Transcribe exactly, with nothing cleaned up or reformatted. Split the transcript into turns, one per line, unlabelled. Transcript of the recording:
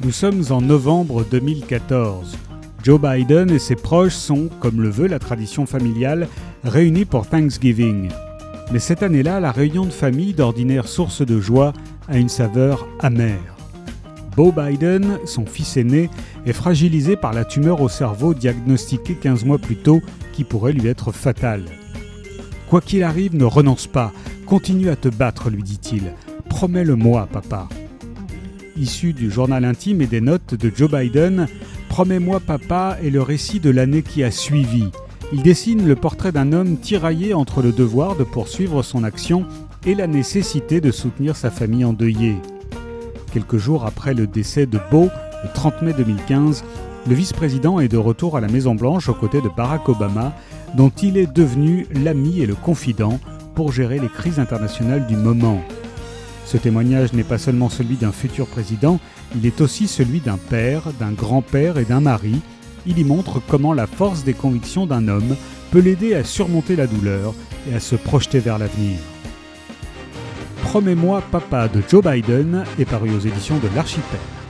Nous sommes en novembre deux mille quatorze. Joe Biden et ses proches sont, comme le veut la tradition familiale, réunis pour Thanksgiving. Mais cette année-là, la réunion de famille, d'ordinaire source de joie, a une saveur amère. Beau Biden, son fils aîné, est fragilisé par la tumeur au cerveau diagnostiquée quinze mois plus tôt qui pourrait lui être fatale. « Quoi qu'il arrive, ne renonce pas, continue à te battre, lui dit-il. Promets-le-moi, papa. » Issu du journal intime et des notes de Joe Biden, « Promets-moi, papa » est le récit de l'année qui a suivi. Il dessine le portrait d'un homme tiraillé entre le devoir de poursuivre son action et la nécessité de soutenir sa famille endeuillée. Quelques jours après le décès de Beau, le trente mai deux mille quinze, le vice-président est de retour à la Maison-Blanche aux côtés de Barack Obama, dont il est devenu l'ami et le confident pour gérer les crises internationales du moment. Ce témoignage n'est pas seulement celui d'un futur président, il est aussi celui d'un père, d'un grand-père et d'un mari. Il y montre comment la force des convictions d'un homme peut l'aider à surmonter la douleur et à se projeter vers l'avenir. « Promets-moi, papa » de Joe Biden est paru aux éditions de l'Archipel.